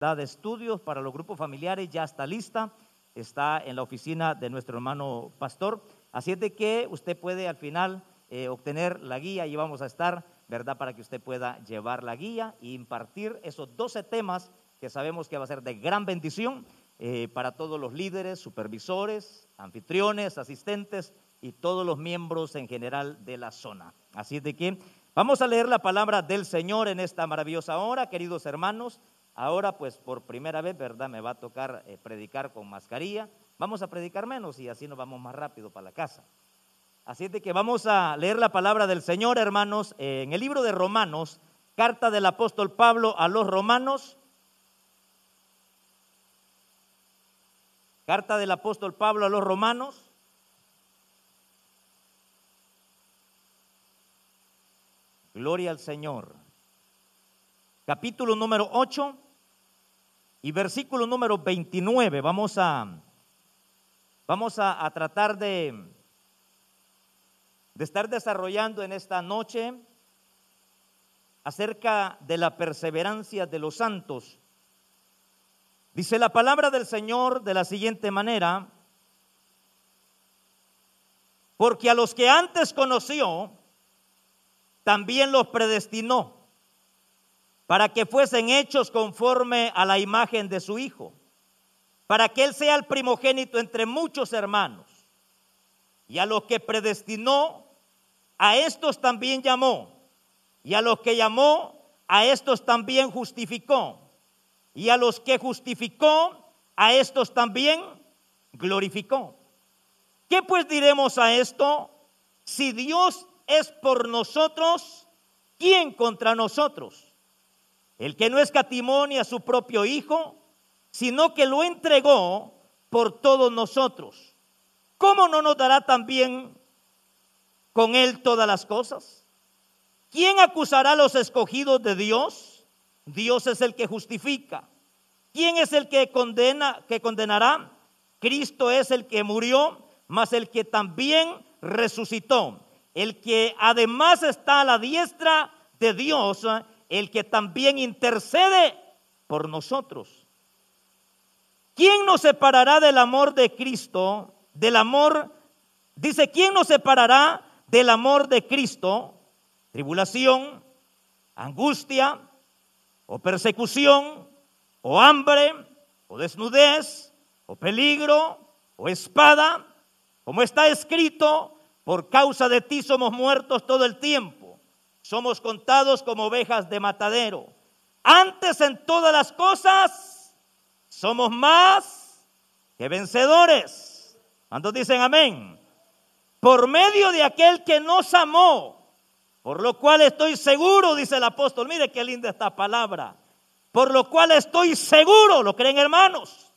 de estudios para los grupos familiares ya está lista, está en la oficina de nuestro hermano pastor, así es de que usted puede al final obtener la guía y vamos a estar, ¿verdad?, para que usted pueda llevar la guía e impartir esos 12 temas que sabemos que va a ser de gran bendición para todos los líderes, supervisores, anfitriones, asistentes y todos los miembros en general de la zona. Así es de que vamos a leer la palabra del Señor en esta maravillosa hora, queridos hermanos. Ahora pues por primera vez, ¿verdad?, me va a tocar predicar con mascarilla. Vamos a predicar menos y así nos vamos más rápido para la casa. Así es de que vamos a leer la palabra del Señor, hermanos, en el libro de Romanos, carta del apóstol Pablo a los Romanos. Carta del apóstol Pablo a los Romanos. Gloria al Señor. Capítulo número 8 y versículo número 29. Vamos a tratar de estar desarrollando en esta noche acerca de la perseverancia de los santos. Dice la palabra del Señor de la siguiente manera: porque a los que antes conoció, también los predestinó para que fuesen hechos conforme a la imagen de su Hijo, para que Él sea el primogénito entre muchos hermanos. Y a los que predestinó, a estos también llamó, y a los que llamó, a estos también justificó, y a los que justificó, a estos también glorificó. ¿Qué pues diremos a esto? Si Dios es por nosotros, ¿quién contra nosotros? El que no escatimó ni a su propio Hijo, sino que lo entregó por todos nosotros, ¿cómo no nos dará también con Él todas las cosas? ¿Quién acusará a los escogidos de Dios? Dios es el que justifica. ¿Quién es el que condenará? Cristo es el que murió, mas el que también resucitó, el que además está a la diestra de Dios, el que también intercede por nosotros. ¿Quién nos separará del amor de Cristo? Dice, ¿quién nos separará del amor de Cristo? Tribulación, angustia, o persecución, o hambre, o desnudez, o peligro, o espada, como está escrito, por causa de ti somos muertos todo el tiempo, somos contados como ovejas de matadero. Antes en todas las cosas somos más que vencedores. ¿Cuántos dicen amén? Por medio de aquel que nos amó, por lo cual estoy seguro, dice el apóstol, mire qué linda esta palabra, por lo cual estoy seguro, ¿lo creen, hermanos?,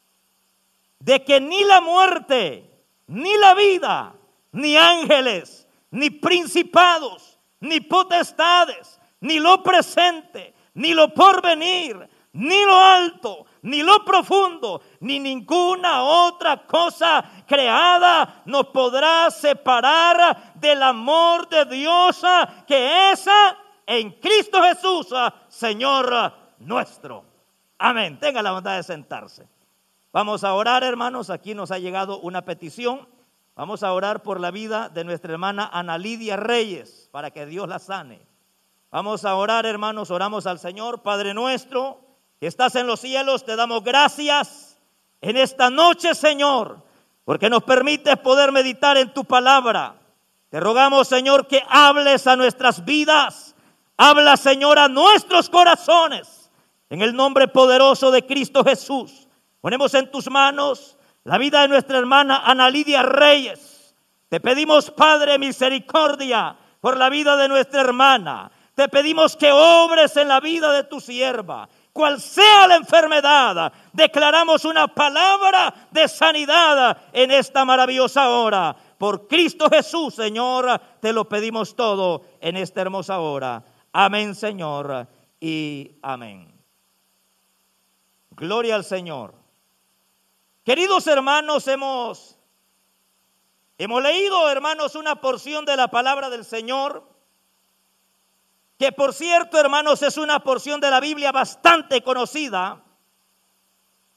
de que ni la muerte, ni la vida, ni ángeles, ni principados, ni potestades, ni lo presente, ni lo porvenir, ni lo alto, ni lo profundo, ni ninguna otra cosa creada nos podrá separar del amor de Dios que es en Cristo Jesús, Señor nuestro. Amén. Tenga la bondad de sentarse. Vamos a orar, hermanos. Aquí nos ha llegado una petición. Vamos a orar por la vida de nuestra hermana Ana Lidia Reyes, para que Dios la sane. Vamos a orar, hermanos. Oramos al Señor. Padre nuestro que estás en los cielos, te damos gracias en esta noche, Señor, porque nos permites poder meditar en tu palabra. Te rogamos, Señor, que hables a nuestras vidas. Habla, Señor, a nuestros corazones. En el nombre poderoso de Cristo Jesús, ponemos en tus manos la vida de nuestra hermana Ana Lidia Reyes. Te pedimos, Padre, misericordia por la vida de nuestra hermana. Te pedimos que obres en la vida de tu sierva. Cual sea la enfermedad, declaramos una palabra de sanidad en esta maravillosa hora. Por Cristo Jesús, Señor, te lo pedimos todo en esta hermosa hora. Amén, Señor, y amén. Gloria al Señor. Queridos hermanos, hemos leído, hermanos, una porción de la palabra del Señor, que por cierto, hermanos, es una porción de la Biblia bastante conocida,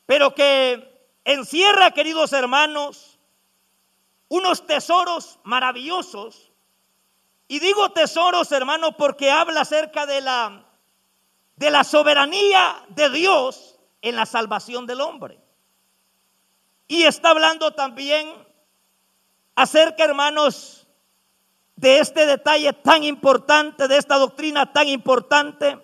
pero que encierra, queridos hermanos, unos tesoros maravillosos. Y digo tesoros, hermanos, porque habla acerca de la soberanía de Dios en la salvación del hombre. Y está hablando también acerca, hermanos, de este detalle tan importante, de esta doctrina tan importante,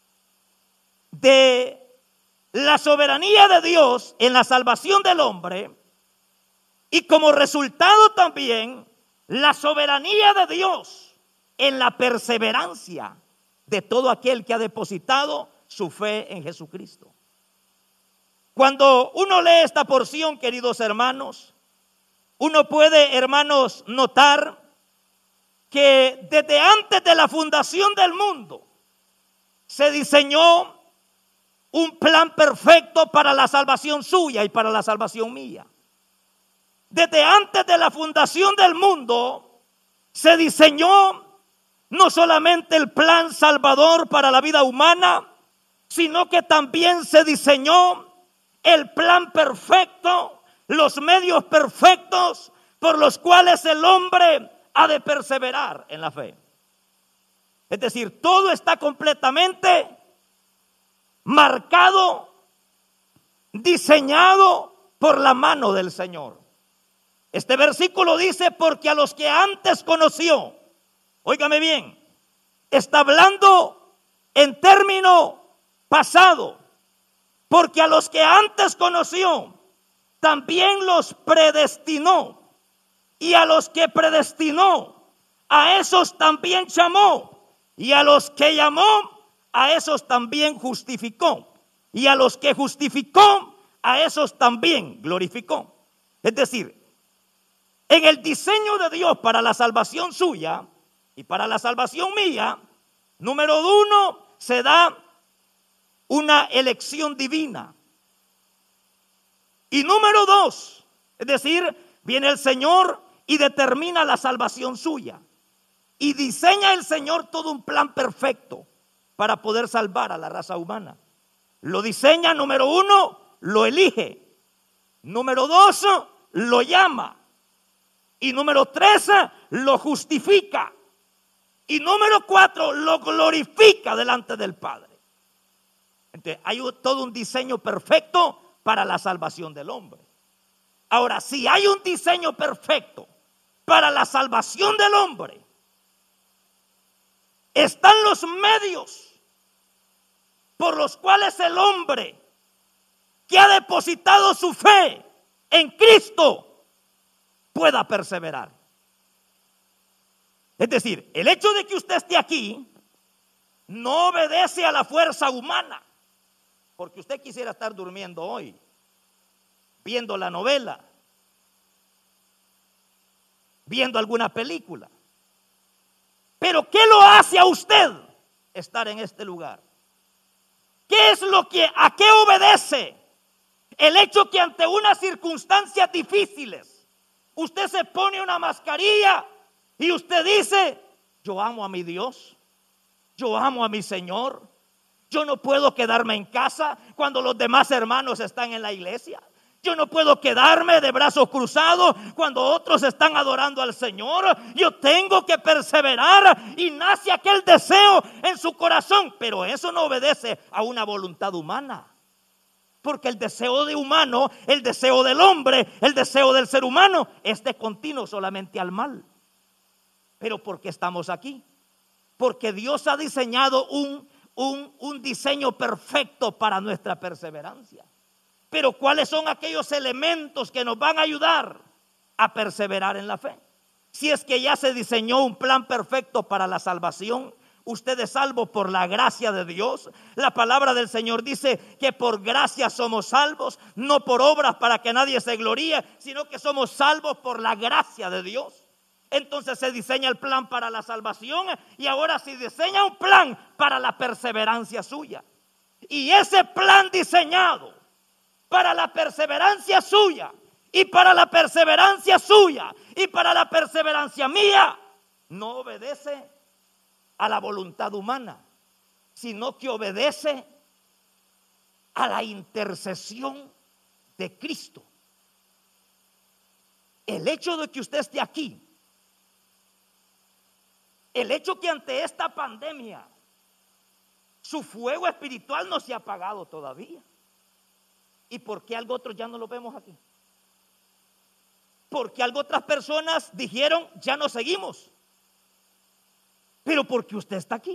de la soberanía de Dios en la salvación del hombre, y como resultado también la soberanía de Dios en la perseverancia de todo aquel que ha depositado su fe en Jesucristo. Cuando uno lee esta porción, queridos hermanos, uno puede, hermanos, notar que desde antes de la fundación del mundo se diseñó un plan perfecto para la salvación suya y para la salvación mía. Desde antes de la fundación del mundo se diseñó no solamente el plan salvador para la vida humana, sino que también se diseñó el plan perfecto, los medios perfectos por los cuales el hombre ha de perseverar en la fe. Es decir, todo está completamente marcado, diseñado por la mano del Señor. Este versículo dice: porque a los que antes conoció, óigame bien, está hablando en término pasado, porque a los que antes conoció, también los predestinó, y a los que predestinó, a esos también llamó, y a los que llamó, a esos también justificó, y a los que justificó, a esos también glorificó. Es decir, en el diseño de Dios para la salvación suya y para la salvación mía, número uno, se da una elección divina. Y número dos, es decir, viene el Señor y determina la salvación suya. Y diseña el Señor todo un plan perfecto para poder salvar a la raza humana. Lo diseña, número uno, lo elige. Número dos, lo llama. Y número tres, lo justifica. Y número cuatro, lo glorifica delante del Padre. Entonces, hay todo un diseño perfecto para la salvación del hombre. Ahora, si hay un diseño perfecto para la salvación del hombre, están los medios por los cuales el hombre que ha depositado su fe en Cristo pueda perseverar. Es decir, el hecho de que usted esté aquí no obedece a la fuerza humana, porque usted quisiera estar durmiendo hoy, viendo la novela, viendo alguna película. Pero ¿qué lo hace a usted estar en este lugar? ¿Qué es a qué obedece el hecho que ante unas circunstancias difíciles usted se pone una mascarilla y usted dice: yo amo a mi Dios, yo amo a mi Señor, yo no puedo quedarme en casa cuando los demás hermanos están en la iglesia? Yo no puedo quedarme de brazos cruzados cuando otros están adorando al Señor. Yo tengo que perseverar, y nace aquel deseo en su corazón. Pero eso no obedece a una voluntad humana, porque el deseo de humano, el deseo del hombre, el deseo del ser humano es de continuo solamente al mal. Pero ¿por qué estamos aquí? Porque Dios ha diseñado un diseño perfecto para nuestra perseverancia. Pero ¿cuáles son aquellos elementos que nos van a ayudar a perseverar en la fe? Si es que ya se diseñó un plan perfecto para la salvación, usted es salvo por la gracia de Dios. La palabra del Señor dice que por gracia somos salvos, no por obras para que nadie se gloríe, sino que somos salvos por la gracia de Dios. Entonces se diseña el plan para la salvación, y ahora se diseña un plan para la perseverancia suya. Y ese plan diseñado para la perseverancia suya, y para la perseverancia suya, y para la perseverancia mía, no obedece a la voluntad humana, sino que obedece a la intercesión de Cristo. El hecho de que usted esté aquí, el hecho que ante esta pandemia su fuego espiritual no se ha apagado todavía. ¿Y por qué algo otros ya no lo vemos aquí? Porque algo otras personas dijeron ya no seguimos. Pero porque usted está aquí.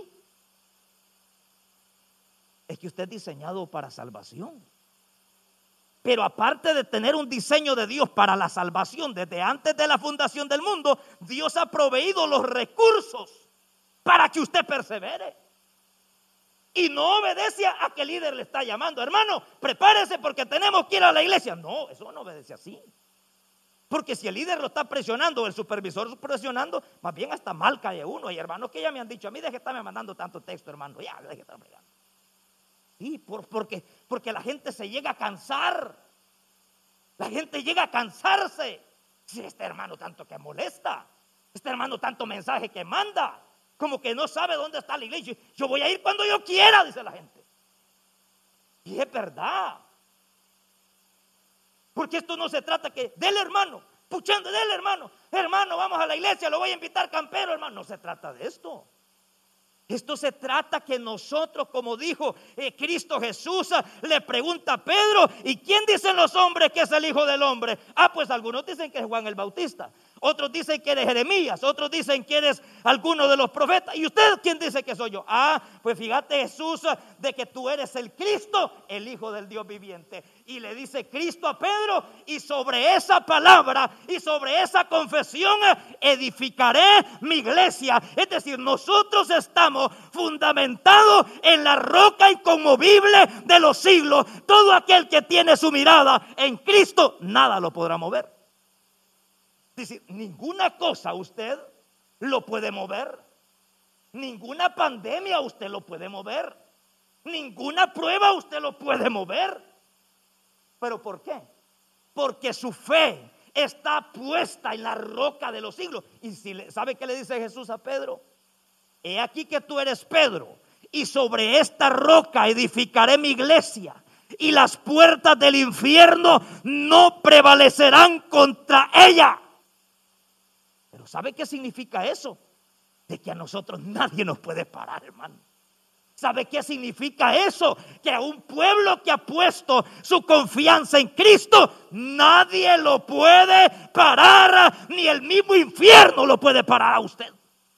Es que usted es diseñado para salvación. Pero aparte de tener un diseño de Dios para la salvación desde antes de la fundación del mundo, Dios ha proveído los recursos para que usted persevere. Y no obedece a que el líder le está llamando. Hermano, prepárese porque tenemos que ir a la iglesia. No, eso no obedece así. Porque si el líder lo está presionando o el supervisor presionando, más bien hasta mal cae uno. Hay hermanos que ya me han dicho a mí, deje de estarme mandando tanto texto, hermano. Ya, deje de estar pegando. Sí, porque la gente se llega a cansar. La gente llega a cansarse. Si este hermano tanto que molesta, este hermano tanto mensaje que manda, como que no sabe dónde está la iglesia. Yo voy a ir cuando yo quiera, dice la gente. Y es verdad. Porque esto no se trata que del hermano, puchando del hermano, vamos a la iglesia, lo voy a invitar campero, hermano. No se trata de esto. Esto se trata que nosotros, como dijo Cristo Jesús, le pregunta a Pedro: ¿y quién dicen los hombres que es el Hijo del Hombre? Pues algunos dicen que es Juan el Bautista, otros dicen que eres Jeremías, otros dicen que eres alguno de los profetas. ¿Y usted quién dice que soy yo? Pues fíjate, Jesús, de que tú eres el Cristo, el Hijo del Dios viviente. Y le dice Cristo a Pedro: y sobre esa palabra y sobre esa confesión edificaré mi iglesia. Es decir, nosotros estamos fundamentados en la roca inconmovible de los siglos. Todo aquel que tiene su mirada en Cristo, nada lo podrá mover. Es decir, ninguna cosa usted lo puede mover. Ninguna pandemia usted lo puede mover. Ninguna prueba usted lo puede mover. ¿Pero por qué? Porque su fe está puesta en la roca de los siglos. Y ¿sabe qué le dice Jesús a Pedro? He aquí que tú eres Pedro, y sobre esta roca edificaré mi iglesia, y las puertas del infierno no prevalecerán contra ella. Pero ¿sabe qué significa eso? De que a nosotros nadie nos puede parar, hermano. ¿Sabe qué significa eso? Que a un pueblo que ha puesto su confianza en Cristo, nadie lo puede parar, ni el mismo infierno lo puede parar a usted.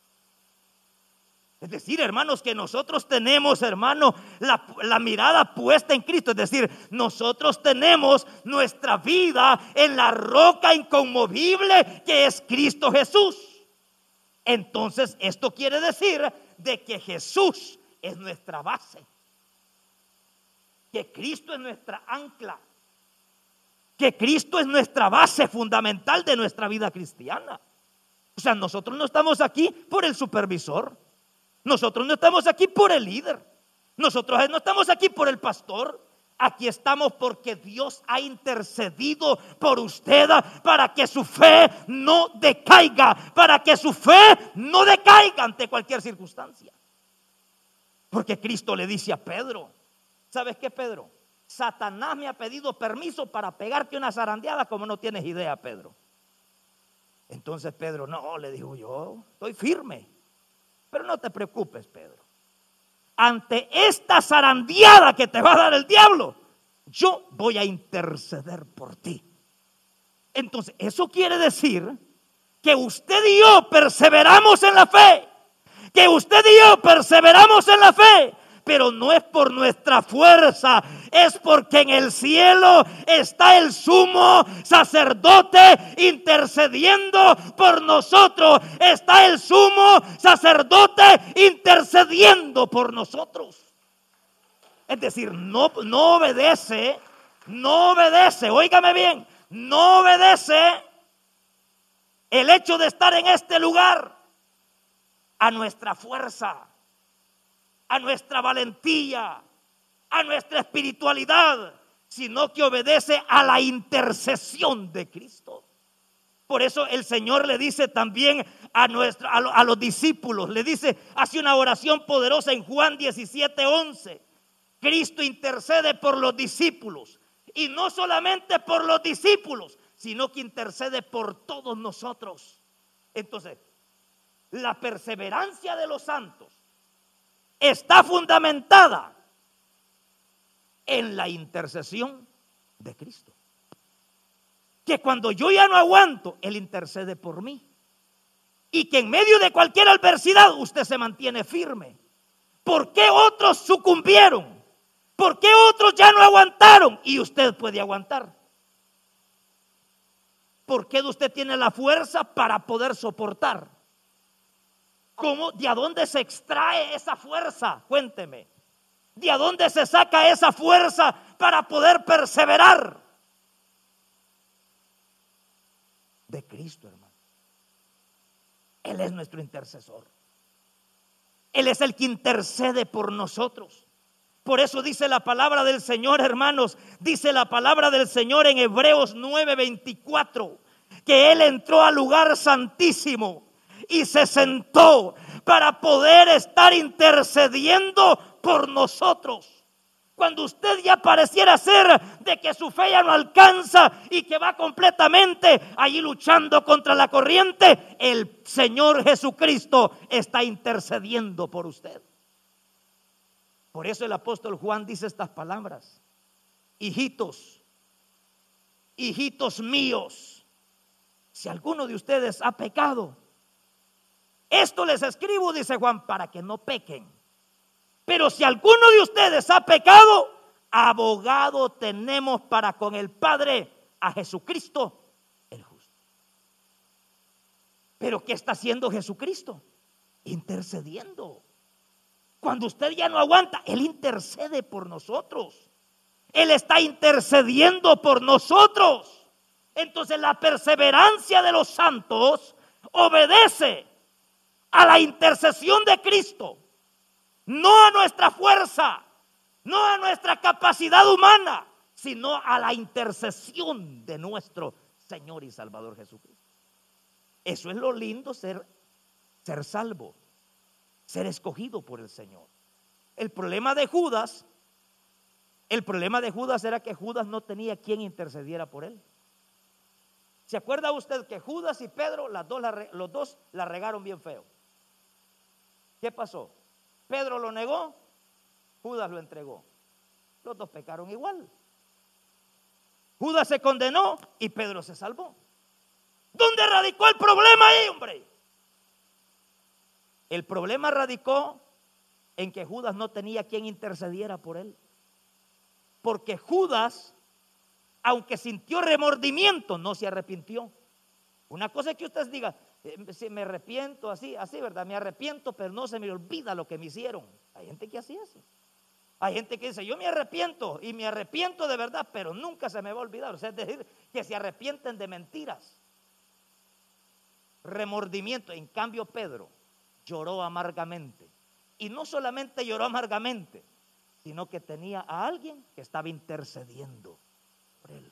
Es decir, hermanos, que nosotros tenemos, hermano, la mirada puesta en Cristo. Es decir, nosotros tenemos nuestra vida en la roca inconmovible que es Cristo Jesús. Entonces, esto quiere decir de que Jesús es nuestra base, que Cristo es nuestra ancla, que Cristo es nuestra base fundamental de nuestra vida cristiana. O sea, nosotros no estamos aquí por el supervisor. Nosotros no estamos aquí por el líder. Nosotros no estamos aquí por el pastor. Aquí estamos porque Dios ha intercedido por usted para que su fe no decaiga, para que su fe no decaiga ante cualquier circunstancia. Porque Cristo le dice a Pedro: ¿sabes qué, Pedro? Satanás me ha pedido permiso para pegarte una zarandeada como no tienes idea, Pedro. Entonces Pedro: no, le dijo, yo estoy firme. Pero no te preocupes, Pedro. Ante esta zarandeada que te va a dar el diablo, yo voy a interceder por ti. Entonces, eso quiere decir que usted y yo perseveramos en la fe. Que usted y yo perseveramos en la fe. Pero no es por nuestra fuerza, es porque en el cielo está el sumo sacerdote intercediendo por nosotros. Está el sumo sacerdote intercediendo por nosotros. Es decir, no obedece, óigame bien, no obedece el hecho de estar en este lugar a nuestra fuerza, a nuestra valentía, a nuestra espiritualidad, sino que obedece a la intercesión de Cristo. Por eso el Señor le dice también a los discípulos, le dice, hace una oración poderosa en Juan 17:11. Cristo intercede por los discípulos Y no solamente por los discípulos, sino que intercede por todos nosotros. Entonces, la perseverancia de los santos está fundamentada en la intercesión de Cristo. Que cuando yo ya no aguanto, Él intercede por mí. Y que en medio de cualquier adversidad usted se mantiene firme. ¿Por qué otros sucumbieron? ¿Por qué otros ya no aguantaron? Y usted puede aguantar. ¿Por qué usted tiene la fuerza para poder soportar? ¿Cómo? ¿De dónde se extrae esa fuerza? Cuénteme. ¿De dónde se saca esa fuerza para poder perseverar? De Cristo, hermano. Él es nuestro intercesor. Él es el que intercede por nosotros. Por eso dice la palabra del Señor, hermanos, dice la palabra del Señor en Hebreos 9:24, que Él entró al lugar santísimo y se sentó para poder estar intercediendo por nosotros. Cuando usted ya pareciera ser de que su fe ya no alcanza y que va completamente allí luchando contra la corriente, el Señor Jesucristo está intercediendo por usted. Por eso el apóstol Juan dice estas palabras: hijitos, hijitos míos, si alguno de ustedes ha pecado, esto les escribo, dice Juan, para que no pequen. Pero si alguno de ustedes ha pecado, abogado tenemos para con el Padre, a Jesucristo el justo. Pero ¿qué está haciendo Jesucristo? Intercediendo. Cuando usted ya no aguanta, Él intercede por nosotros. Él está intercediendo por nosotros. Entonces la perseverancia de los santos obedece a la intercesión de Cristo. No a nuestra fuerza, no a nuestra capacidad humana, sino a la intercesión de nuestro Señor y Salvador Jesucristo. Eso es lo lindo, ser salvo, ser escogido por el Señor. El problema de Judas era que Judas no tenía quien intercediera por él. ¿Se acuerda usted que Judas y Pedro, los dos la regaron bien feo? ¿Qué pasó? Pedro lo negó, Judas lo entregó. Los dos pecaron igual. Judas se condenó y Pedro se salvó. ¿Dónde radicó el problema ahí, hombre? El problema radicó en que Judas no tenía quien intercediera por él. Porque Judas, aunque sintió remordimiento, no se arrepintió. Una cosa es que usted diga: si me arrepiento, así, ¿verdad? Me arrepiento, pero no se me olvida lo que me hicieron. Hay gente que así es. Hay gente que dice: yo me arrepiento y me arrepiento de verdad, pero nunca se me va a olvidar. O sea, es decir, que se arrepienten de mentiras. Remordimiento. En cambio, Pedro lloró amargamente. Y no solamente lloró amargamente, sino que tenía a alguien que estaba intercediendo por él.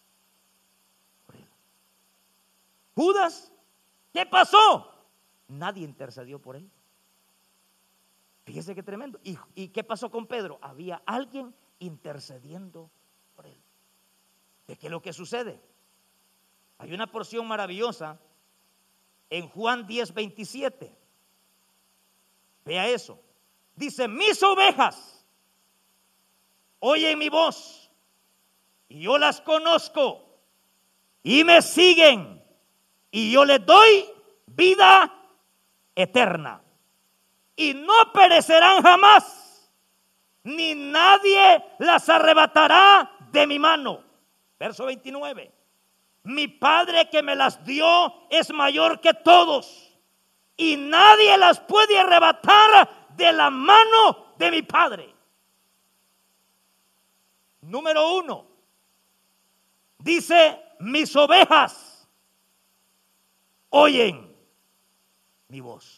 Judas, ¿qué pasó? Nadie intercedió por él. Fíjese qué tremendo. ¿Y qué pasó con Pedro? Había alguien intercediendo por él. ¿De qué es lo que sucede? Hay una porción maravillosa en Juan 10:27. Vea eso. Dice: mis ovejas oyen mi voz y yo las conozco y me siguen y yo les doy vida eterna y no perecerán jamás, ni nadie las arrebatará de mi mano. Verso 29. Mi Padre que me las dio es mayor que todos y nadie las puede arrebatar de la mano de mi Padre. Número 1. Dice: mis ovejas oyen mi voz.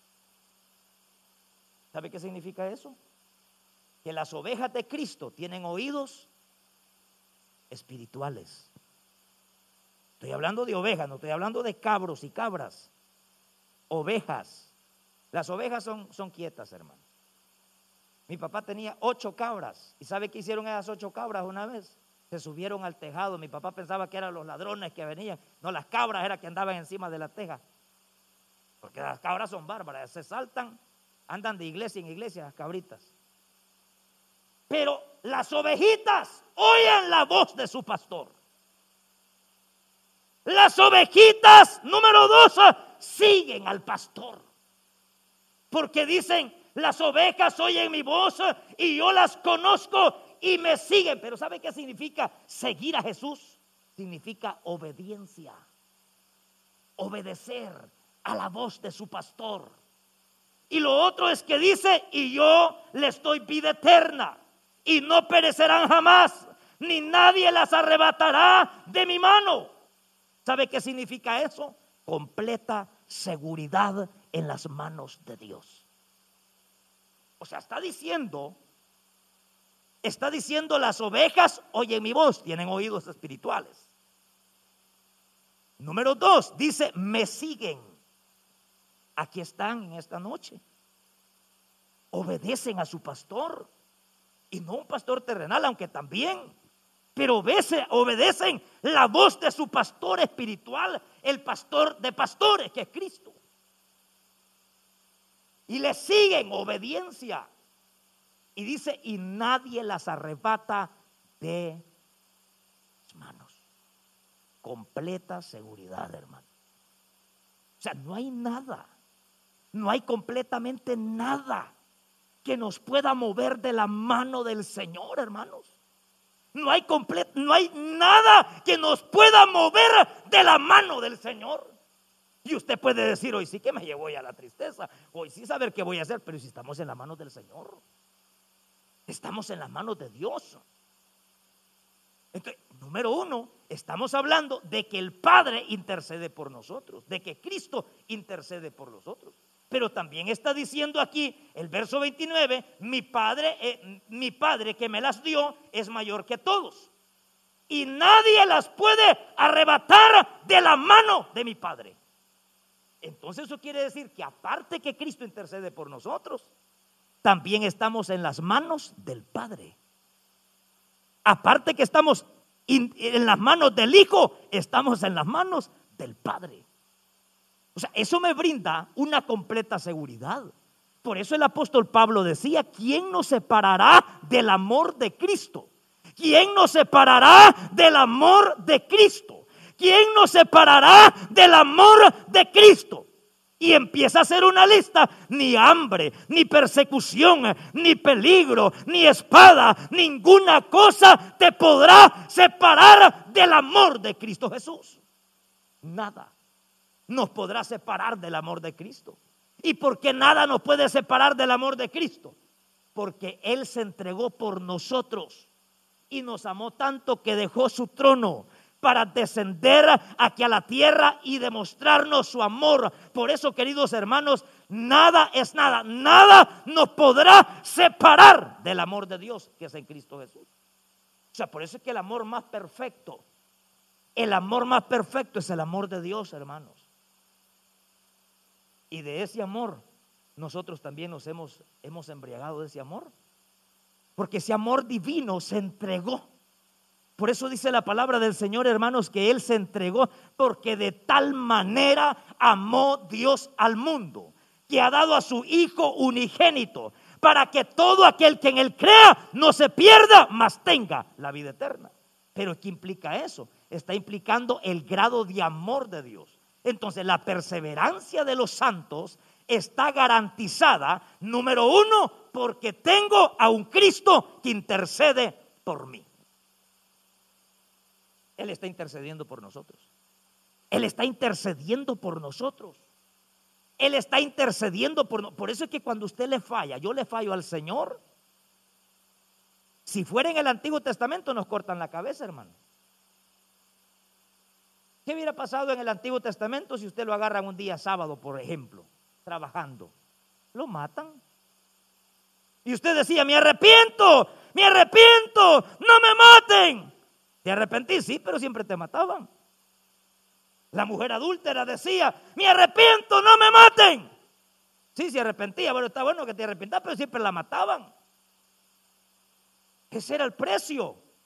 ¿Sabe qué significa eso? Que las ovejas de Cristo tienen oídos espirituales. Estoy hablando de ovejas, no estoy hablando de cabros y cabras. Ovejas. Las ovejas son quietas, hermano. Mi papá tenía 8 cabras. ¿Y sabe qué hicieron esas 8 cabras una vez? Se subieron al tejado. Mi papá pensaba que eran los ladrones que venían. No, las cabras eran que andaban encima de la teja. Porque las cabras son bárbaras, se saltan, andan de iglesia en iglesia las cabritas. Pero las ovejitas oyen la voz de su pastor. Las ovejitas, número 2, siguen al pastor. Porque dicen, las ovejas oyen mi voz y yo las conozco y me siguen. Pero ¿sabe qué significa seguir a Jesús? Significa obediencia. Obedecer a la voz de su pastor. Y lo otro es que dice, y yo les doy vida eterna y no perecerán jamás, ni nadie las arrebatará de mi mano. ¿Sabe qué significa eso? Completa seguridad en las manos de Dios. O sea, está diciendo las ovejas oyen mi voz, tienen oídos espirituales. Número 2, dice, me siguen. Aquí están en esta noche. Obedecen a su pastor. Y no un pastor terrenal, aunque también. Pero obedecen la voz de su pastor espiritual, el pastor de pastores, que es Cristo. Y le siguen obediencia. Y dice, y nadie las arrebata de sus manos. Completa seguridad, hermano. O sea, no hay nada, no hay completamente nada que nos pueda mover de la mano del Señor, hermanos. No hay nada que nos pueda mover de la mano del Señor. Y usted puede decir, hoy sí que me llevó ya la tristeza, hoy sí saber qué voy a hacer, pero si estamos en las manos del Señor, estamos en las manos de Dios. Entonces, número 1, estamos hablando de que el Padre intercede por nosotros, de que Cristo intercede por nosotros. Pero también está diciendo aquí el verso 29, mi padre que me las dio es mayor que todos y nadie las puede arrebatar de la mano de mi Padre. Entonces eso quiere decir que aparte que Cristo intercede por nosotros, también estamos en las manos del Padre. Aparte que estamos en las manos del Hijo, estamos en las manos del Padre. O sea, eso me brinda una completa seguridad. Por eso el apóstol Pablo decía, ¿quién nos separará del amor de Cristo? ¿Quién nos separará del amor de Cristo? ¿Quién nos separará del amor de Cristo? Y empieza a hacer una lista, ni hambre, ni persecución, ni peligro, ni espada, ninguna cosa te podrá separar del amor de Cristo Jesús. Nada nos podrá separar del amor de Cristo. ¿Y por qué nada nos puede separar del amor de Cristo? Porque Él se entregó por nosotros y nos amó tanto que dejó su trono para descender aquí a la tierra y demostrarnos su amor. Por eso, queridos hermanos, nada nos podrá separar del amor de Dios que es en Cristo Jesús. O sea, por eso es que el amor más perfecto es el amor de Dios, hermanos. Y de ese amor nosotros también nos hemos embriagado de ese amor, porque ese amor divino se entregó. Por eso dice la palabra del Señor, hermanos, que Él se entregó, porque de tal manera amó Dios al mundo, que ha dado a su Hijo unigénito, para que todo aquel que en Él crea no se pierda, mas tenga la vida eterna. Pero ¿qué implica eso? Está implicando el grado de amor de Dios. Entonces la perseverancia de los santos está garantizada, número 1, porque tengo a un Cristo que intercede por mí. Él está intercediendo por nosotros. Él está intercediendo por nosotros. Él está intercediendo por eso es que cuando usted le falla, yo le fallo al Señor. Si fuera en el Antiguo Testamento nos cortan la cabeza, hermano. ¿Qué hubiera pasado en el Antiguo Testamento si usted lo agarran un día sábado, por ejemplo, trabajando? Lo matan. Y usted decía, me arrepiento, no me maten. ¿Te arrepentís? Sí, pero siempre te mataban. La mujer adúltera decía, me arrepiento, no me maten. Sí, se arrepentía, bueno, está bueno que te arrepientas, pero siempre la mataban. Ese era el precio.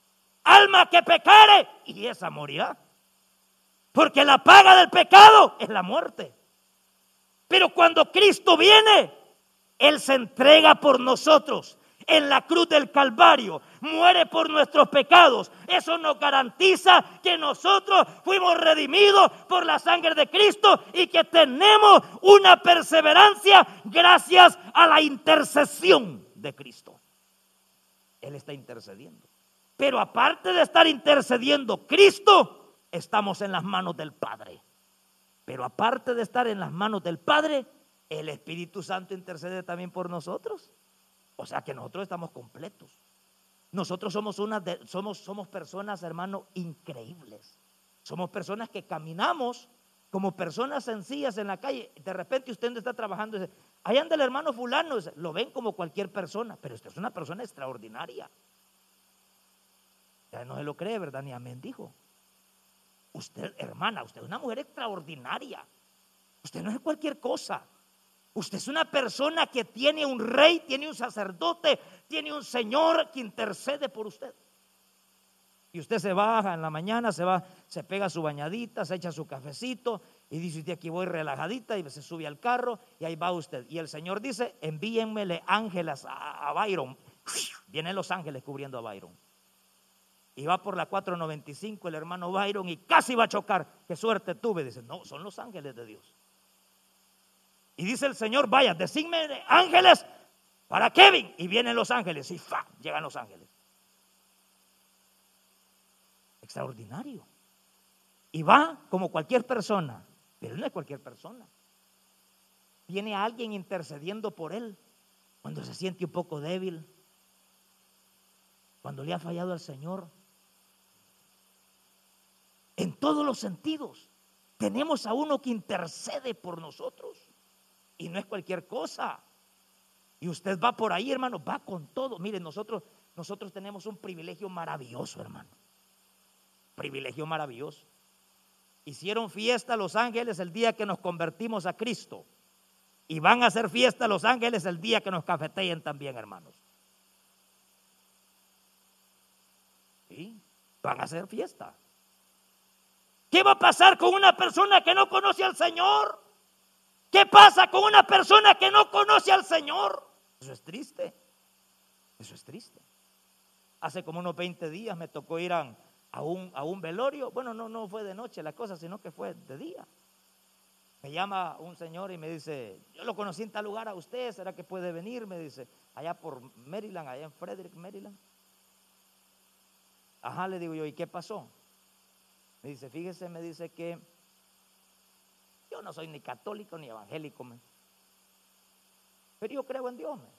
alma que pecare, y esa morirá. Porque la paga del pecado es la muerte. Pero cuando Cristo viene, Él se entrega por nosotros en la cruz del Calvario, muere por nuestros pecados. Eso nos garantiza que nosotros fuimos redimidos por la sangre de Cristo y que tenemos una perseverancia gracias a la intercesión de Cristo. Él está intercediendo. Pero aparte de estar intercediendo Cristo, estamos en las manos del Padre. Pero aparte de estar en las manos del Padre, el Espíritu Santo intercede también por nosotros. O sea que nosotros estamos completos. Nosotros somos personas, hermano, increíbles. Somos personas que caminamos como personas sencillas en la calle. De repente usted está trabajando y dice, ahí anda el hermano fulano. Lo ven como cualquier persona, pero usted es una persona extraordinaria. Ya no se lo cree, ¿verdad? Ni amén dijo. Usted, hermana, usted es una mujer extraordinaria. Usted no es cualquier cosa. Usted es una persona que tiene un rey, tiene un sacerdote, tiene un Señor que intercede por usted. Y usted se baja en la mañana, se pega su bañadita, se echa su cafecito y dice usted, aquí voy relajadita, y se sube al carro y ahí va usted. Y el Señor dice, envíenmele ángeles a Byron. Vienen los ángeles cubriendo a Byron. Y va por la 495 el hermano Byron y casi va a chocar. Qué suerte tuve. Dice, no, son los ángeles de Dios. Y dice el Señor, vaya, decídme ángeles para Kevin. Y vienen los ángeles y llegan los ángeles. Extraordinario. Y va como cualquier persona, pero no es cualquier persona. Tiene a alguien intercediendo por él cuando se siente un poco débil, cuando le ha fallado al Señor. En todos los sentidos tenemos a uno que intercede por nosotros. Y no es cualquier cosa. Y usted va por ahí, hermano, va con todo. Miren, nosotros tenemos un privilegio maravilloso, hermano. Privilegio maravilloso. Hicieron fiesta los ángeles el día que nos convertimos a Cristo. Y van a hacer fiesta los ángeles el día que nos cafeteen también, hermanos. ¿Sí? Van a hacer fiesta. ¿Qué va a pasar con una persona que no conoce al Señor? ¿Qué pasa con una persona que no conoce al Señor? Eso es triste. Eso es triste. Hace como unos 20 días me tocó ir a un velorio. Bueno, no fue de noche la cosa, sino que fue de día. Me llama un señor y me dice, yo lo conocí en tal lugar a usted, ¿será que puede venir? Me dice, allá por Maryland, allá en Frederick, Maryland. Ajá, le digo yo, ¿y qué pasó? Me dice, fíjese, me dice que yo no soy ni católico ni evangélico, pero yo creo en Dios.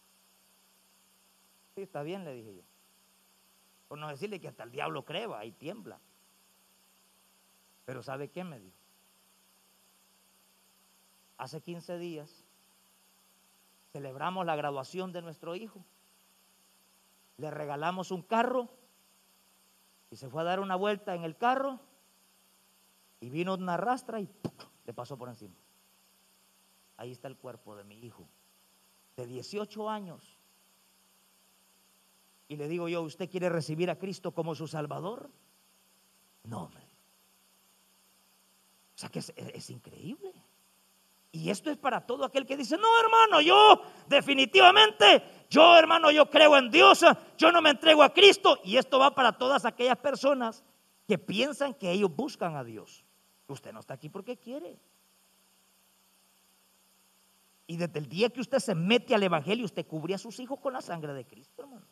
Sí, está bien, le dije yo. Por no decirle que hasta el diablo cree, ahí tiembla. Pero ¿sabe qué? Me dijo. Hace 15 días celebramos la graduación de nuestro hijo. Le regalamos un carro y se fue a dar una vuelta en el carro y vino una rastra y ¡pum!, le pasó por encima. Ahí está el cuerpo de mi hijo de 18 años. Y le digo yo, ¿usted quiere recibir a Cristo como su Salvador? No, o sea que es increíble. Y esto es para todo aquel que dice, no, hermano, yo definitivamente, hermano, yo creo en Dios, yo no me entrego a Cristo. Y esto va para todas aquellas personas que piensan que ellos buscan a Dios. Usted no está aquí porque quiere. Y desde el día que usted se mete al evangelio, usted cubre a sus hijos con la sangre de Cristo, hermano.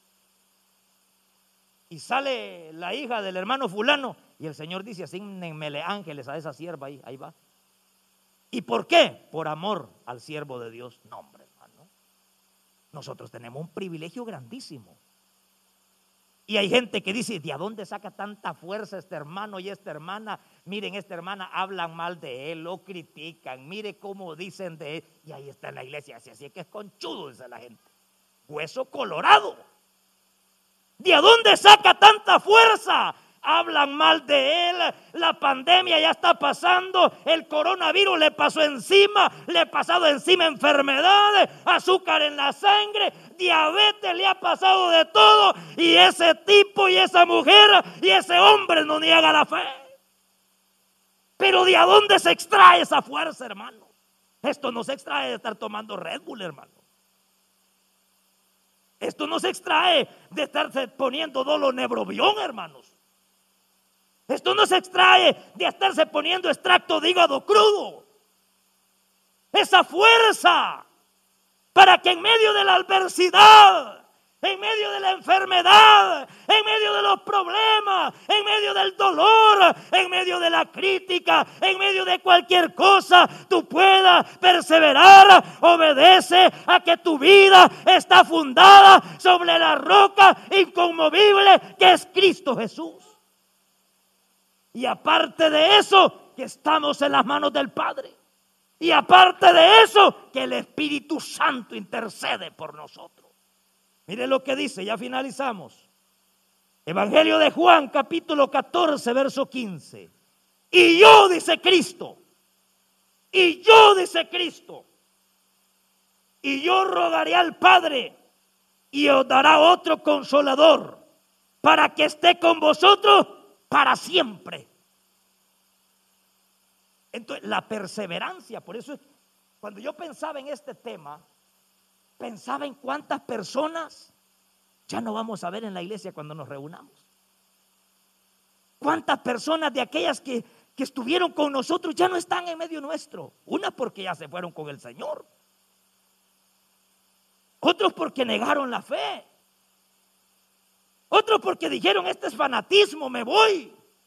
Y sale la hija del hermano fulano y el Señor dice, asígnenmele ángeles a esa sierva ahí va. ¿Y por qué? Por amor al siervo de Dios. No, hombre, hermano. Nosotros tenemos un privilegio grandísimo. Y hay gente que dice, ¿de dónde saca tanta fuerza este hermano y esta hermana? Miren, esta hermana, hablan mal de él, lo critican, mire cómo dicen de él. Y ahí está en la iglesia, así es que es conchudo, dice la gente. Hueso colorado. ¿De dónde saca tanta fuerza? hablan mal de él, la pandemia ya está pasando, el coronavirus le pasó encima, le ha pasado encima enfermedades, azúcar en la sangre, diabetes, le ha pasado de todo, y ese tipo y esa mujer y ese hombre no niega la fe. Pero ¿de dónde se extrae esa fuerza, hermano? Esto no se extrae de estar tomando Red Bull, hermano. Esto no se extrae de estarse poniendo doloneurobión, hermanos. Esto no se extrae de estarse poniendo extracto de hígado crudo. Esa fuerza para que en medio de la adversidad, en medio de la enfermedad, en medio de los problemas, en medio del dolor, en medio de la crítica, en medio de cualquier cosa, tú puedas perseverar. Obedece a que tu vida está fundada sobre la roca inconmovible que es Cristo Jesús. Y aparte de eso, que estamos en las manos del Padre. Y aparte de eso, que el Espíritu Santo intercede por nosotros. Mire lo que dice, ya finalizamos. Evangelio de Juan, capítulo 14, verso 15. Y yo, dice Cristo, y yo, dice Cristo, y yo rogaré al Padre y os dará otro consolador para que esté con vosotros para siempre. Entonces, la perseverancia, por eso cuando yo pensaba en este tema, pensaba en cuántas personas ya no vamos a ver en la iglesia cuando nos reunamos. Cuántas personas de aquellas que estuvieron con nosotros ya no están en medio nuestro. Unas porque ya se fueron con el Señor. Otros porque negaron la fe. Otros porque dijeron, este es fanatismo, me voy.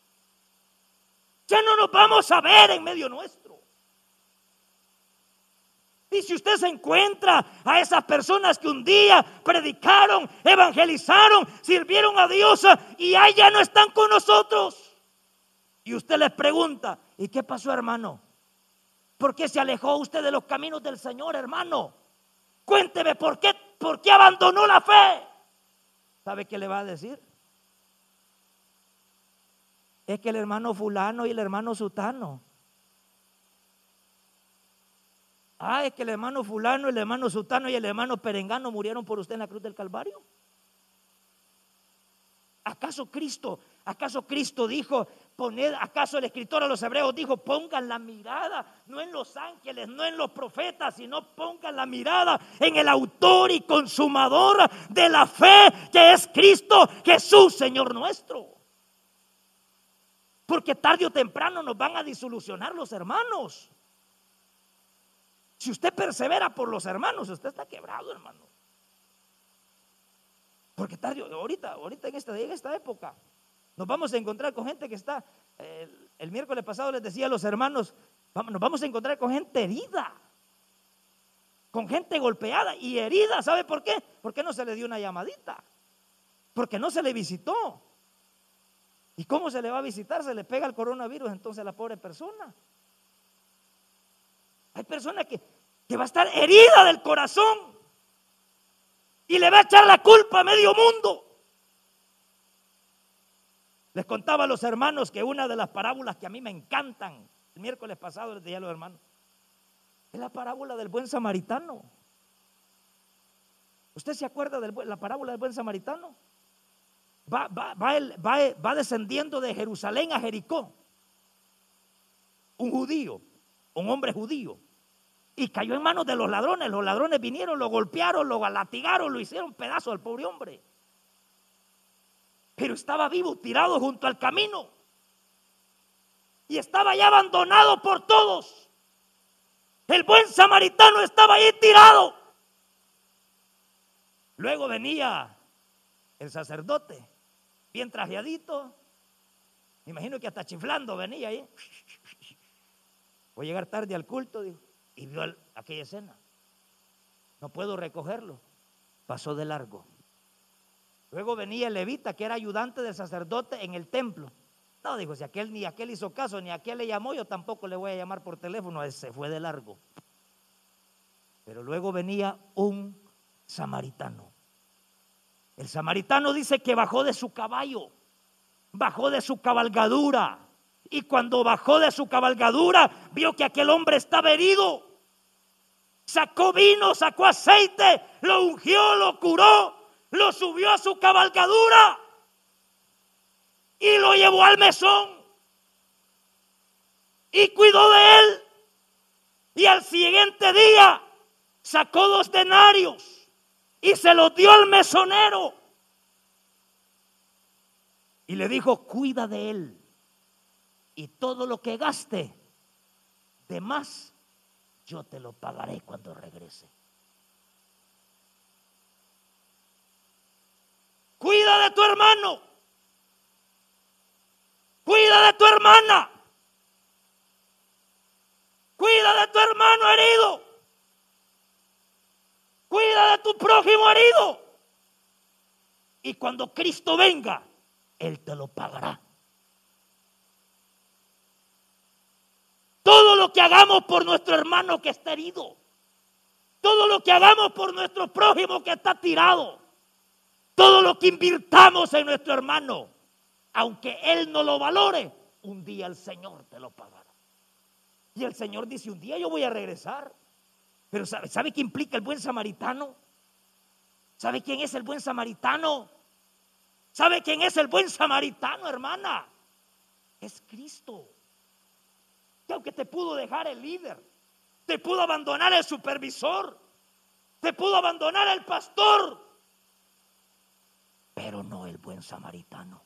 Ya no nos vamos a ver en medio nuestro. Y si usted se encuentra a esas personas que un día predicaron, evangelizaron, sirvieron a Dios y ahí ya no están con nosotros, y usted les pregunta, ¿y qué pasó, hermano? ¿Por qué se alejó usted de los caminos del Señor, hermano? Cuénteme, ¿por qué abandonó la fe? ¿Sabe qué le va a decir? Es que el hermano fulano y el hermano sutano. Es que el hermano fulano, el hermano sutano y el hermano perengano murieron por usted en la cruz del Calvario. ¿Acaso Cristo dijo, acaso el escritor a los hebreos dijo, pongan la mirada no en los ángeles, no en los profetas, sino pongan la mirada en el autor y consumador de la fe, que es Cristo Jesús, Señor nuestro? Porque tarde o temprano nos van a disolucionar los hermanos. Si usted persevera por los hermanos, usted está quebrado, hermano. Porque tarde, ahorita en esta época, nos vamos a encontrar con gente que está, el miércoles pasado les decía a los hermanos, nos vamos a encontrar con gente herida, con gente golpeada y herida. ¿Sabe por qué? Porque no se le dio una llamadita, porque no se le visitó. ¿Y cómo se le va a visitar? Se le pega el coronavirus entonces a la pobre persona. Hay personas que va a estar herida del corazón y le va a echar la culpa a medio mundo. Les contaba a los hermanos que una de las parábolas que a mí me encantan, el miércoles pasado les decía a los hermanos, es la parábola del buen samaritano. ¿Usted se acuerda de la parábola del buen samaritano? Va descendiendo de Jerusalén a Jericó un judío, un hombre judío, y cayó en manos de los ladrones. Los ladrones vinieron, lo golpearon, lo latigaron, lo hicieron pedazo al pobre hombre, pero estaba vivo, tirado junto al camino, y estaba ya abandonado por todos. El buen samaritano estaba ahí tirado. Luego venía el sacerdote, bien trajeadito, me imagino que hasta chiflando venía ahí. Voy a llegar tarde al culto, dijo, y vio aquella escena. No puedo recogerlo. Pasó de largo. Luego venía el levita, que era ayudante del sacerdote en el templo. No, dijo, si ni aquel hizo caso, ni aquel le llamó, yo tampoco le voy a llamar por teléfono. Él se fue de largo. Pero luego venía un samaritano. El samaritano dice que bajó de su caballo, bajó de su cabalgadura. Y cuando bajó de su cabalgadura, vio que aquel hombre estaba herido. Sacó vino, sacó aceite, lo ungió, lo curó, lo subió a su cabalgadura y lo llevó al mesón y cuidó de él. Y al siguiente día sacó 2 denarios y se los dio al mesonero y le dijo: cuida de él, y todo lo que gaste de más yo te lo pagaré cuando regrese. Cuida de tu hermano, cuida de tu hermana, cuida de tu hermano herido, cuida de tu prójimo herido, y cuando Cristo venga, Él te lo pagará. Todo lo que hagamos por nuestro hermano que está herido, todo lo que hagamos por nuestro prójimo que está tirado, todo lo que invirtamos en nuestro hermano, aunque él no lo valore, un día el Señor te lo pagará. Y el Señor dice: un día yo voy a regresar. Pero ¿sabe qué implica el buen samaritano? ¿Sabe quién es el buen samaritano? ¿Sabe quién es el buen samaritano, hermana? Es Cristo. Que aunque te pudo dejar el líder, te pudo abandonar el supervisor, te pudo abandonar el pastor, pero no el buen samaritano.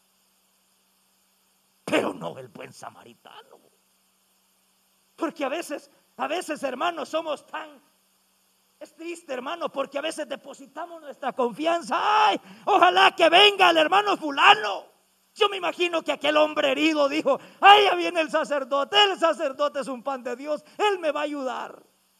Pero no el buen samaritano. Porque a veces, hermanos, somos tan... Es triste, hermano, porque a veces depositamos nuestra confianza. Ay, ojalá que venga el hermano fulano. Yo me imagino que aquel hombre herido dijo: ay, ya viene el sacerdote es un pan de Dios, él me va a ayudar.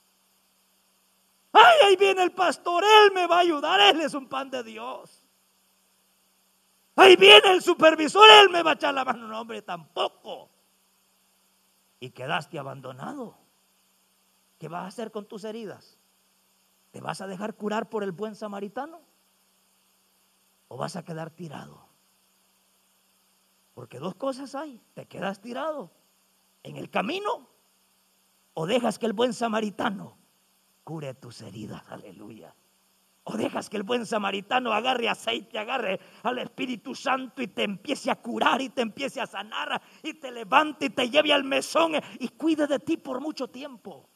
Ay, ahí viene el pastor, él me va a ayudar, él es un pan de Dios. Ahí viene el supervisor, él me va a echar la mano. No, hombre, tampoco. Y quedaste abandonado. ¿Qué vas a hacer con tus heridas? ¿Te vas a dejar curar por el buen samaritano? ¿O vas a quedar tirado? Porque 2 cosas hay: te quedas tirado en el camino, o dejas que el buen samaritano cure tus heridas. Aleluya. O dejas que el buen samaritano agarre aceite, agarre al Espíritu Santo y te empiece a curar y te empiece a sanar y te levante y te lleve al mesón y cuide de ti por mucho tiempo.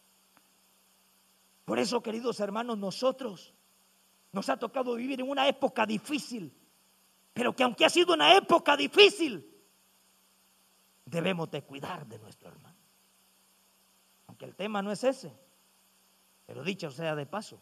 Por eso, queridos hermanos, nosotros nos ha tocado vivir en una época difícil, pero que aunque ha sido una época difícil, debemos de cuidar de nuestro hermano. Aunque el tema no es ese, pero dicho sea de paso,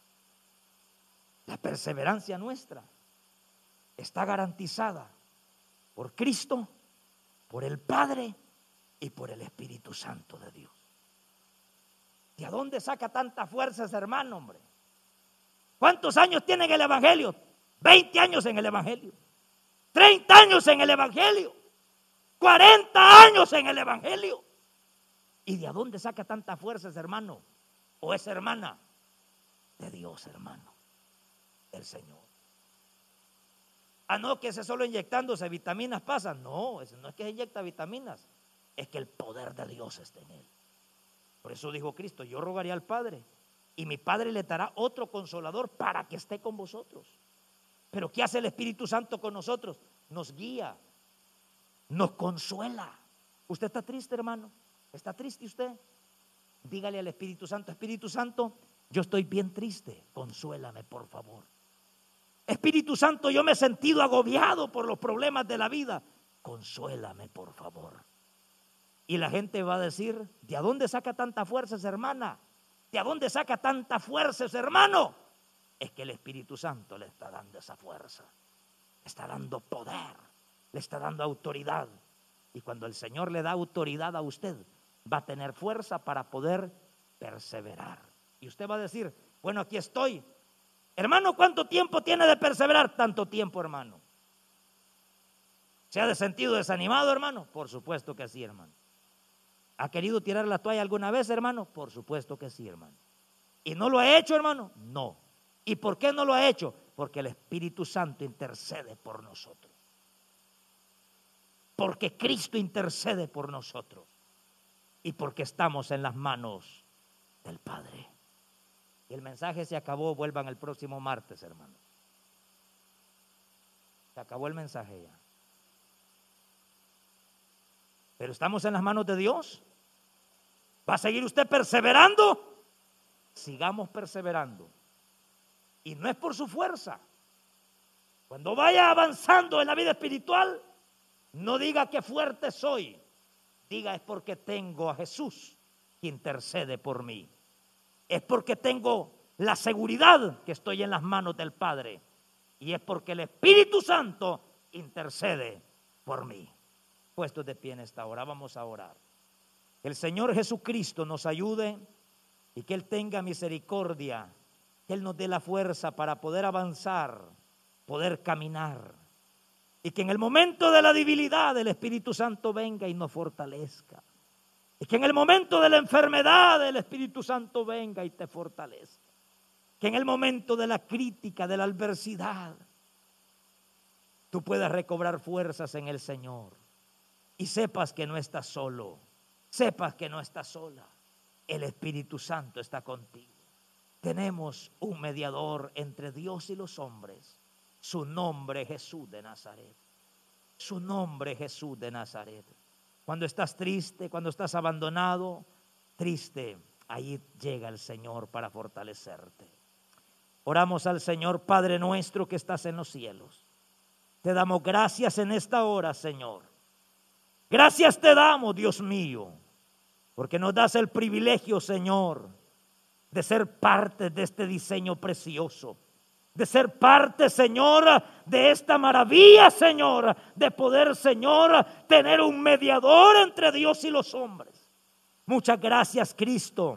la perseverancia nuestra está garantizada por Cristo, por el Padre y por el Espíritu Santo de Dios. ¿De dónde saca tantas fuerzas, hermano, hombre? ¿Cuántos años tiene en el Evangelio? 20 años en el Evangelio, 30 años en el Evangelio, 40 años en el Evangelio. ¿Y de dónde saca tantas fuerzas, hermano? ¿O es hermana? De Dios, hermano, del Señor. Ah, no, que ese solo inyectándose vitaminas pasa. No, ese no es que se inyecta vitaminas, es que el poder de Dios está en él. Por eso dijo Cristo: yo rogaré al Padre y mi Padre le dará otro consolador para que esté con vosotros. Pero ¿qué hace el Espíritu Santo con nosotros? Nos guía, nos consuela. ¿Usted está triste, hermano? ¿Está triste usted? Dígale al Espíritu Santo: Espíritu Santo, yo estoy bien triste, consuélame, por favor. Espíritu Santo, yo me he sentido agobiado por los problemas de la vida, consuélame, por favor. Y la gente va a decir: ¿de dónde saca tanta fuerza esa hermana? ¿De dónde saca tanta fuerza ese hermano? Es que el Espíritu Santo le está dando esa fuerza, le está dando poder, le está dando autoridad. Y cuando el Señor le da autoridad a usted, va a tener fuerza para poder perseverar. Y usted va a decir: bueno, aquí estoy. Hermano, ¿cuánto tiempo tiene de perseverar? Tanto tiempo, hermano. ¿Se ha sentido desanimado, hermano? Por supuesto que sí, hermano. ¿Ha querido tirar la toalla alguna vez, hermano? Por supuesto que sí, hermano. ¿Y no lo ha hecho, hermano? No. ¿Y por qué no lo ha hecho? Porque el Espíritu Santo intercede por nosotros. porque Cristo intercede por nosotros y porque estamos en las manos del Padre. Y el mensaje se acabó. Vuelvan el próximo martes, hermanos. Se acabó el mensaje ya. Pero estamos en las manos de Dios. ¿Va a seguir usted perseverando? Sigamos perseverando. Y no es por su fuerza. Cuando vaya avanzando en la vida espiritual, no diga que fuerte soy. Diga, es porque tengo a Jesús que intercede por mí. Es porque tengo la seguridad que estoy en las manos del Padre. Y es porque el Espíritu Santo intercede por mí. Puestos de pie en esta hora, vamos a orar. Que el Señor Jesucristo nos ayude y que Él tenga misericordia, que Él nos dé la fuerza para poder avanzar, poder caminar, y que en el momento de la debilidad el Espíritu Santo venga y nos fortalezca, y que en el momento de la enfermedad el Espíritu Santo venga y te fortalezca, que en el momento de la crítica, de la adversidad, tú puedas recobrar fuerzas en el Señor y sepas que no estás solo. Sepas que no estás sola. El Espíritu Santo está contigo. Tenemos un mediador entre Dios y los hombres. Su nombre es Jesús de Nazaret. Su nombre es Jesús de Nazaret. Cuando estás triste, cuando estás abandonado, triste, ahí llega el Señor para fortalecerte. Oramos al Señor. Padre nuestro que estás en los cielos. Te damos gracias en esta hora, Señor. Gracias te damos, Dios mío, porque nos das el privilegio, Señor, de ser parte de este diseño precioso, de ser parte, Señor, de esta maravilla, Señor, de poder, Señor, tener un mediador entre Dios y los hombres. Muchas gracias, Cristo,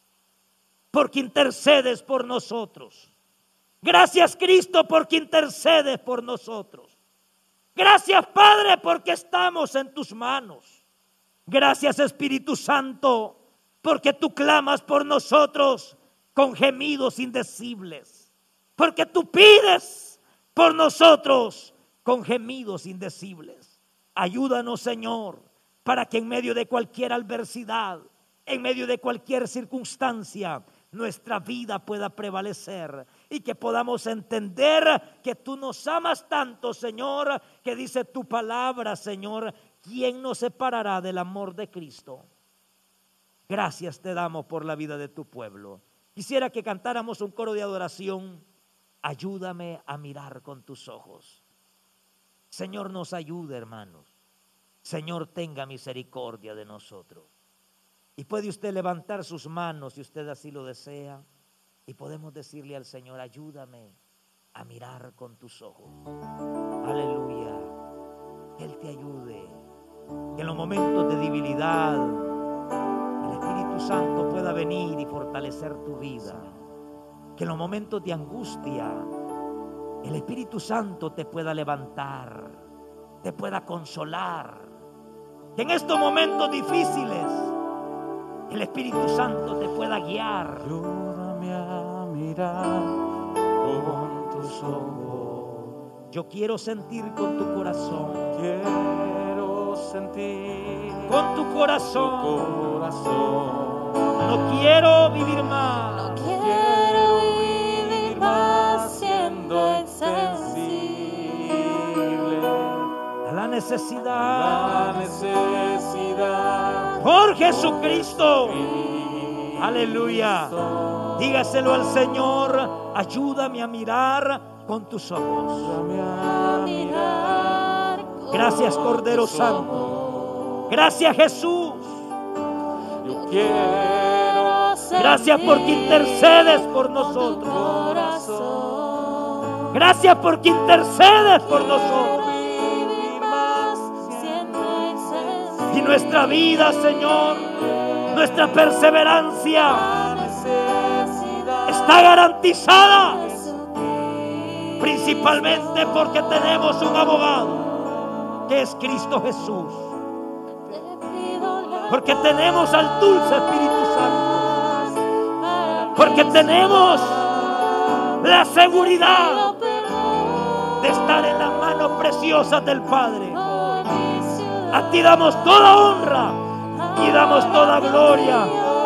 porque intercedes por nosotros. Gracias, Cristo, porque intercedes por nosotros. Gracias, Padre, porque estamos en tus manos. Gracias, Espíritu Santo, porque tú clamas por nosotros con gemidos indecibles. Porque tú pides por nosotros con gemidos indecibles. Ayúdanos, Señor, para que en medio de cualquier adversidad, en medio de cualquier circunstancia, nuestra vida pueda prevalecer y que podamos entender que tú nos amas tanto, Señor, que dice tu palabra, Señor, ¿quién nos separará del amor de Cristo? Gracias te damos por la vida de tu pueblo. Quisiera que cantáramos un coro de adoración. Ayúdame a mirar con tus ojos. Señor, nos ayude, hermanos. Señor, tenga misericordia de nosotros. Y puede usted levantar sus manos si usted así lo desea. Y podemos decirle al Señor, ayúdame a mirar con tus ojos. Aleluya. Que Él te ayude. Que en los momentos de debilidad el Espíritu Santo pueda venir y fortalecer tu vida. Que en los momentos de angustia el Espíritu Santo te pueda levantar, te pueda consolar. Que en estos momentos difíciles el Espíritu Santo te pueda guiar. Ayúdame a mirar con tus ojos. Yo quiero sentir con tu corazón. Quiero sentir Con tu corazón. tu corazón. No quiero vivir más. No quiero vivir más siendo insensible A la La necesidad. necesidad Por Jesucristo. Aleluya. Dígaselo al Señor. Ayúdame a mirar con tus ojos. Ayúdame a mirar con Gracias, Cordero tus Santo. ojos. Gracias, Jesús. Yo quiero Gracias porque intercedes por nosotros. corazón. Gracias porque intercedes por nosotros. Vivir más siendo insensible. Y nuestra vida, Señor, nuestra perseverancia La necesidad está garantizada. de Jesucristo. Principalmente porque tenemos un abogado que es Cristo Jesús. Te pido la Porque tenemos al dulce Espíritu Santo. paz para Porque mi tenemos soul. la seguridad Pido perdón de estar en las manos preciosas del Padre. por mis A ti damos toda honra y damos toda gloria.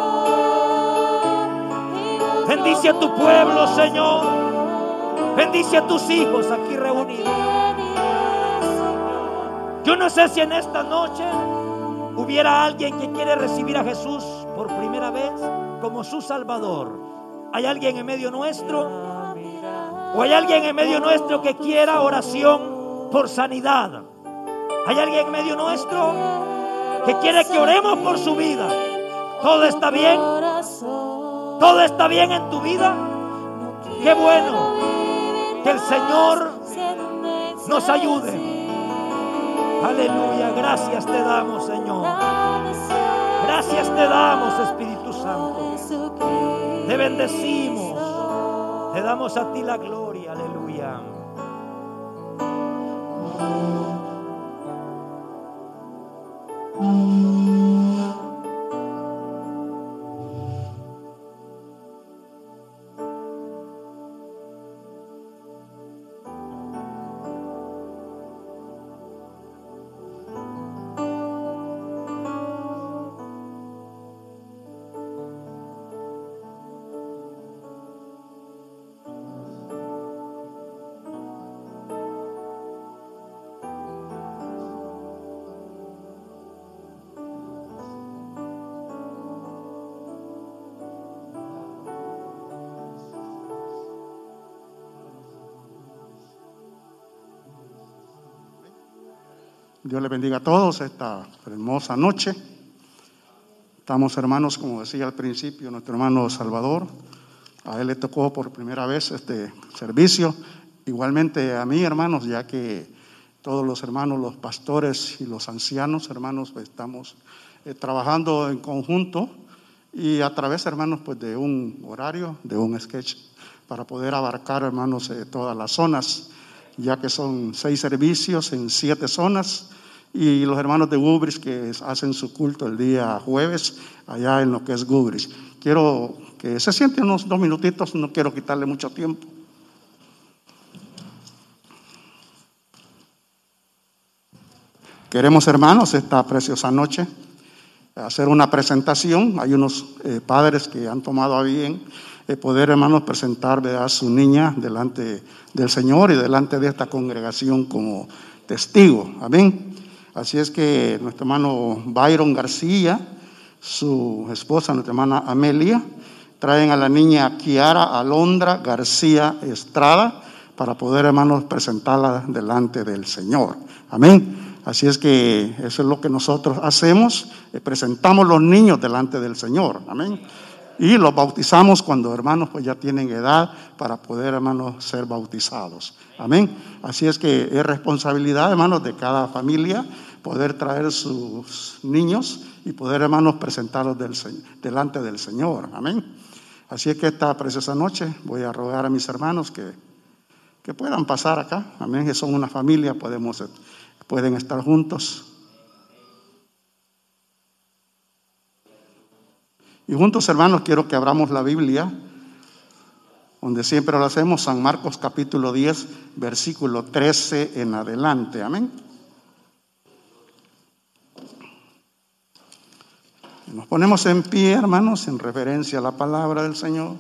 Bendice a tu pueblo, Señor. Bendice a tus hijos aquí reunidos. Yo no sé si en esta noche hubiera alguien que quiere recibir a Jesús por primera vez como su Salvador. ¿Hay alguien en medio nuestro? ¿O hay alguien en medio nuestro que quiera oración por sanidad? ¿Hay alguien en medio nuestro que quiere que oremos por su vida? ¿Todo está bien? ¿Todo está bien en tu vida? ¡Qué bueno! Que el Señor nos ayude. Aleluya, gracias te damos, Señor. Gracias te damos, Espíritu Santo. Te bendecimos. Te damos a ti la gloria. Aleluya. Dios les bendiga a todos esta hermosa noche. Estamos, hermanos, como decía al principio, nuestro hermano Salvador. A él le tocó por primera vez este servicio. Igualmente a mí, hermanos, ya que todos los hermanos, los pastores y los ancianos, hermanos, pues estamos trabajando en conjunto y a través, hermanos, pues de un horario, de un sketch, para poder abarcar, hermanos, todas las zonas, ya que son 6 servicios en 7 zonas, y los hermanos de Woodbridge que hacen su culto el día jueves allá en lo que es Woodbridge. Quiero que se sienten unos 2 minutitos, no quiero quitarle mucho tiempo. Queremos, hermanos, esta preciosa noche hacer una presentación. Hay unos padres que han tomado a bien poder, hermanos, presentar a su niña delante del Señor y delante de esta congregación como testigo. Amén. Así es que nuestro hermano Byron García, su esposa, nuestra hermana Amelia, traen a la niña Kiara Alondra García Estrada para poder, hermanos, presentarla delante del Señor. Amén. Así es que eso es lo que nosotros hacemos, presentamos los niños delante del Señor. Amén. Y los bautizamos cuando, hermanos, pues ya tienen edad para poder, hermanos, ser bautizados. Amén. Así es que es responsabilidad, hermanos, de cada familia poder traer sus niños y poder, hermanos, presentarlos delante del Señor. Amén. Así es que esta preciosa noche voy a rogar a mis hermanos que puedan pasar acá. Amén. Que son una familia, pueden estar juntos. Y juntos, hermanos, quiero que abramos la Biblia, donde siempre lo hacemos, San Marcos capítulo 10, versículo 13 en adelante. Amén. Nos ponemos en pie, hermanos, en reverencia a la palabra del Señor.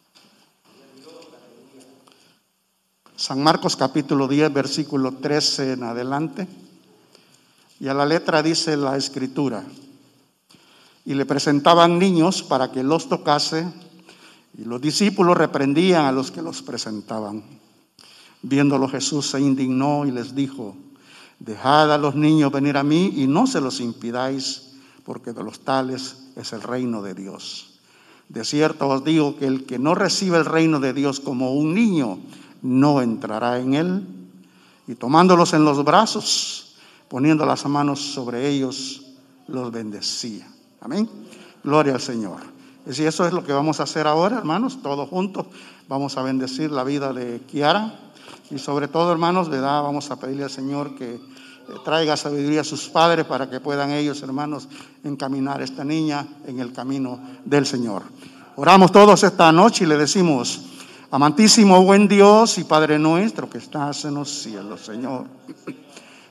San Marcos capítulo 10, versículo 13 en adelante. Y a la letra dice la Escritura: y le presentaban niños para que los tocase, y los discípulos reprendían a los que los presentaban. Viéndolo, Jesús se indignó y les dijo: dejad a los niños venir a mí y no se los impidáis, porque de los tales es el reino de Dios. De cierto os digo que el que no recibe el reino de Dios como un niño, no entrará en él. Y tomándolos en los brazos, poniendo las manos sobre ellos, los bendecía. Amén. Gloria al Señor. Y eso es lo que vamos a hacer ahora, hermanos, todos juntos. Vamos a bendecir la vida de Kiara. Y sobre todo, hermanos, ¿verdad? Vamos a pedirle al Señor que traiga sabiduría a sus padres para que puedan ellos, hermanos, encaminar a esta niña en el camino del Señor. Oramos todos esta noche y le decimos: amantísimo buen Dios y Padre nuestro que estás en los cielos, Señor,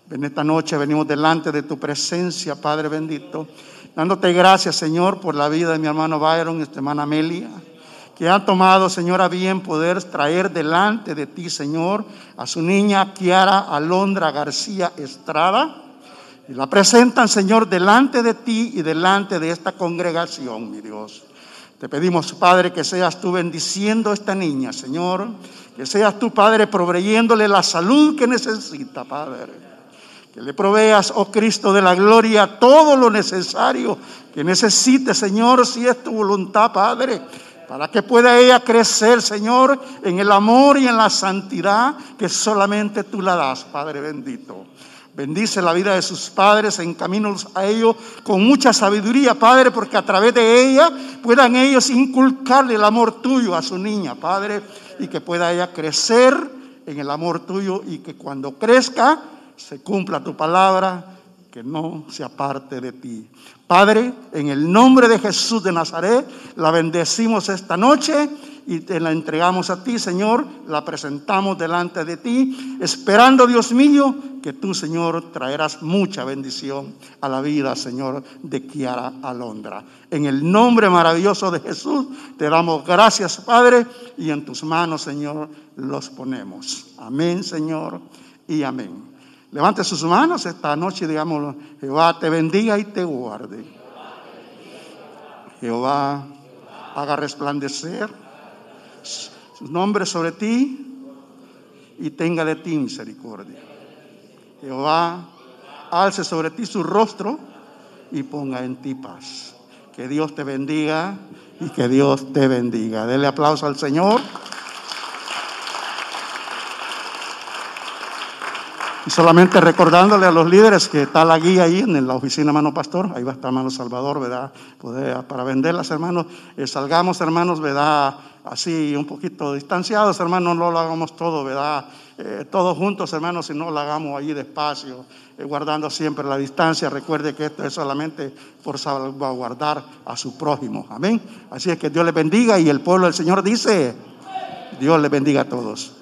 En esta noche venimos delante de tu presencia, Padre bendito, dándote gracias, Señor, por la vida de mi hermano Byron y esta hermana Amelia, que han tomado, Señor, a bien poder traer delante de ti, Señor, a su niña Kiara Alondra García Estrada, y la presentan, Señor, delante de ti y delante de esta congregación, mi Dios. Te pedimos, Padre, que seas tú bendiciendo a esta niña, Señor, que seas tú, Padre, proveyéndole la salud que necesita, Padre. Que le proveas, oh Cristo de la gloria, todo lo necesario que necesite, Señor, si es tu voluntad, Padre, para que pueda ella crecer, Señor, en el amor y en la santidad que solamente tú la das, Padre bendito. Bendice la vida de sus padres, encamínalos a ellos con mucha sabiduría, Padre, porque a través de ella puedan ellos inculcarle el amor tuyo a su niña, Padre, y que pueda ella crecer en el amor tuyo y que cuando crezca se cumpla tu palabra, que no se aparte de ti. Padre, en el nombre de Jesús de Nazaret, la bendecimos esta noche y te la entregamos a ti, Señor, la presentamos delante de ti, esperando, Dios mío, que tú, Señor, traerás mucha bendición a la vida, Señor, de Kiara Alondra. En el nombre maravilloso de Jesús, te damos gracias, Padre, y en tus manos, Señor, los ponemos. Amén, Señor, y amén. Levante sus manos esta noche y digamos: Jehová te bendiga y te guarde. Jehová haga resplandecer su nombre sobre ti y tenga de ti misericordia. Jehová alce sobre ti su rostro y ponga en ti paz. Que Dios te bendiga y que Dios te bendiga. Dele aplauso al Señor. Y solamente recordándole a los líderes que está la guía ahí en la oficina, hermano pastor. Ahí va a estar hermano Salvador, ¿verdad? Para venderlas, hermanos. Salgamos, hermanos, ¿verdad? Así un poquito distanciados, hermanos. No lo hagamos todo, ¿verdad? Todos juntos, hermanos, si no lo hagamos allí despacio, guardando siempre la distancia. Recuerde que esto es solamente por salvaguardar a su prójimo. Amén. Así es que Dios les bendiga y el pueblo del Señor dice: Dios les bendiga a todos.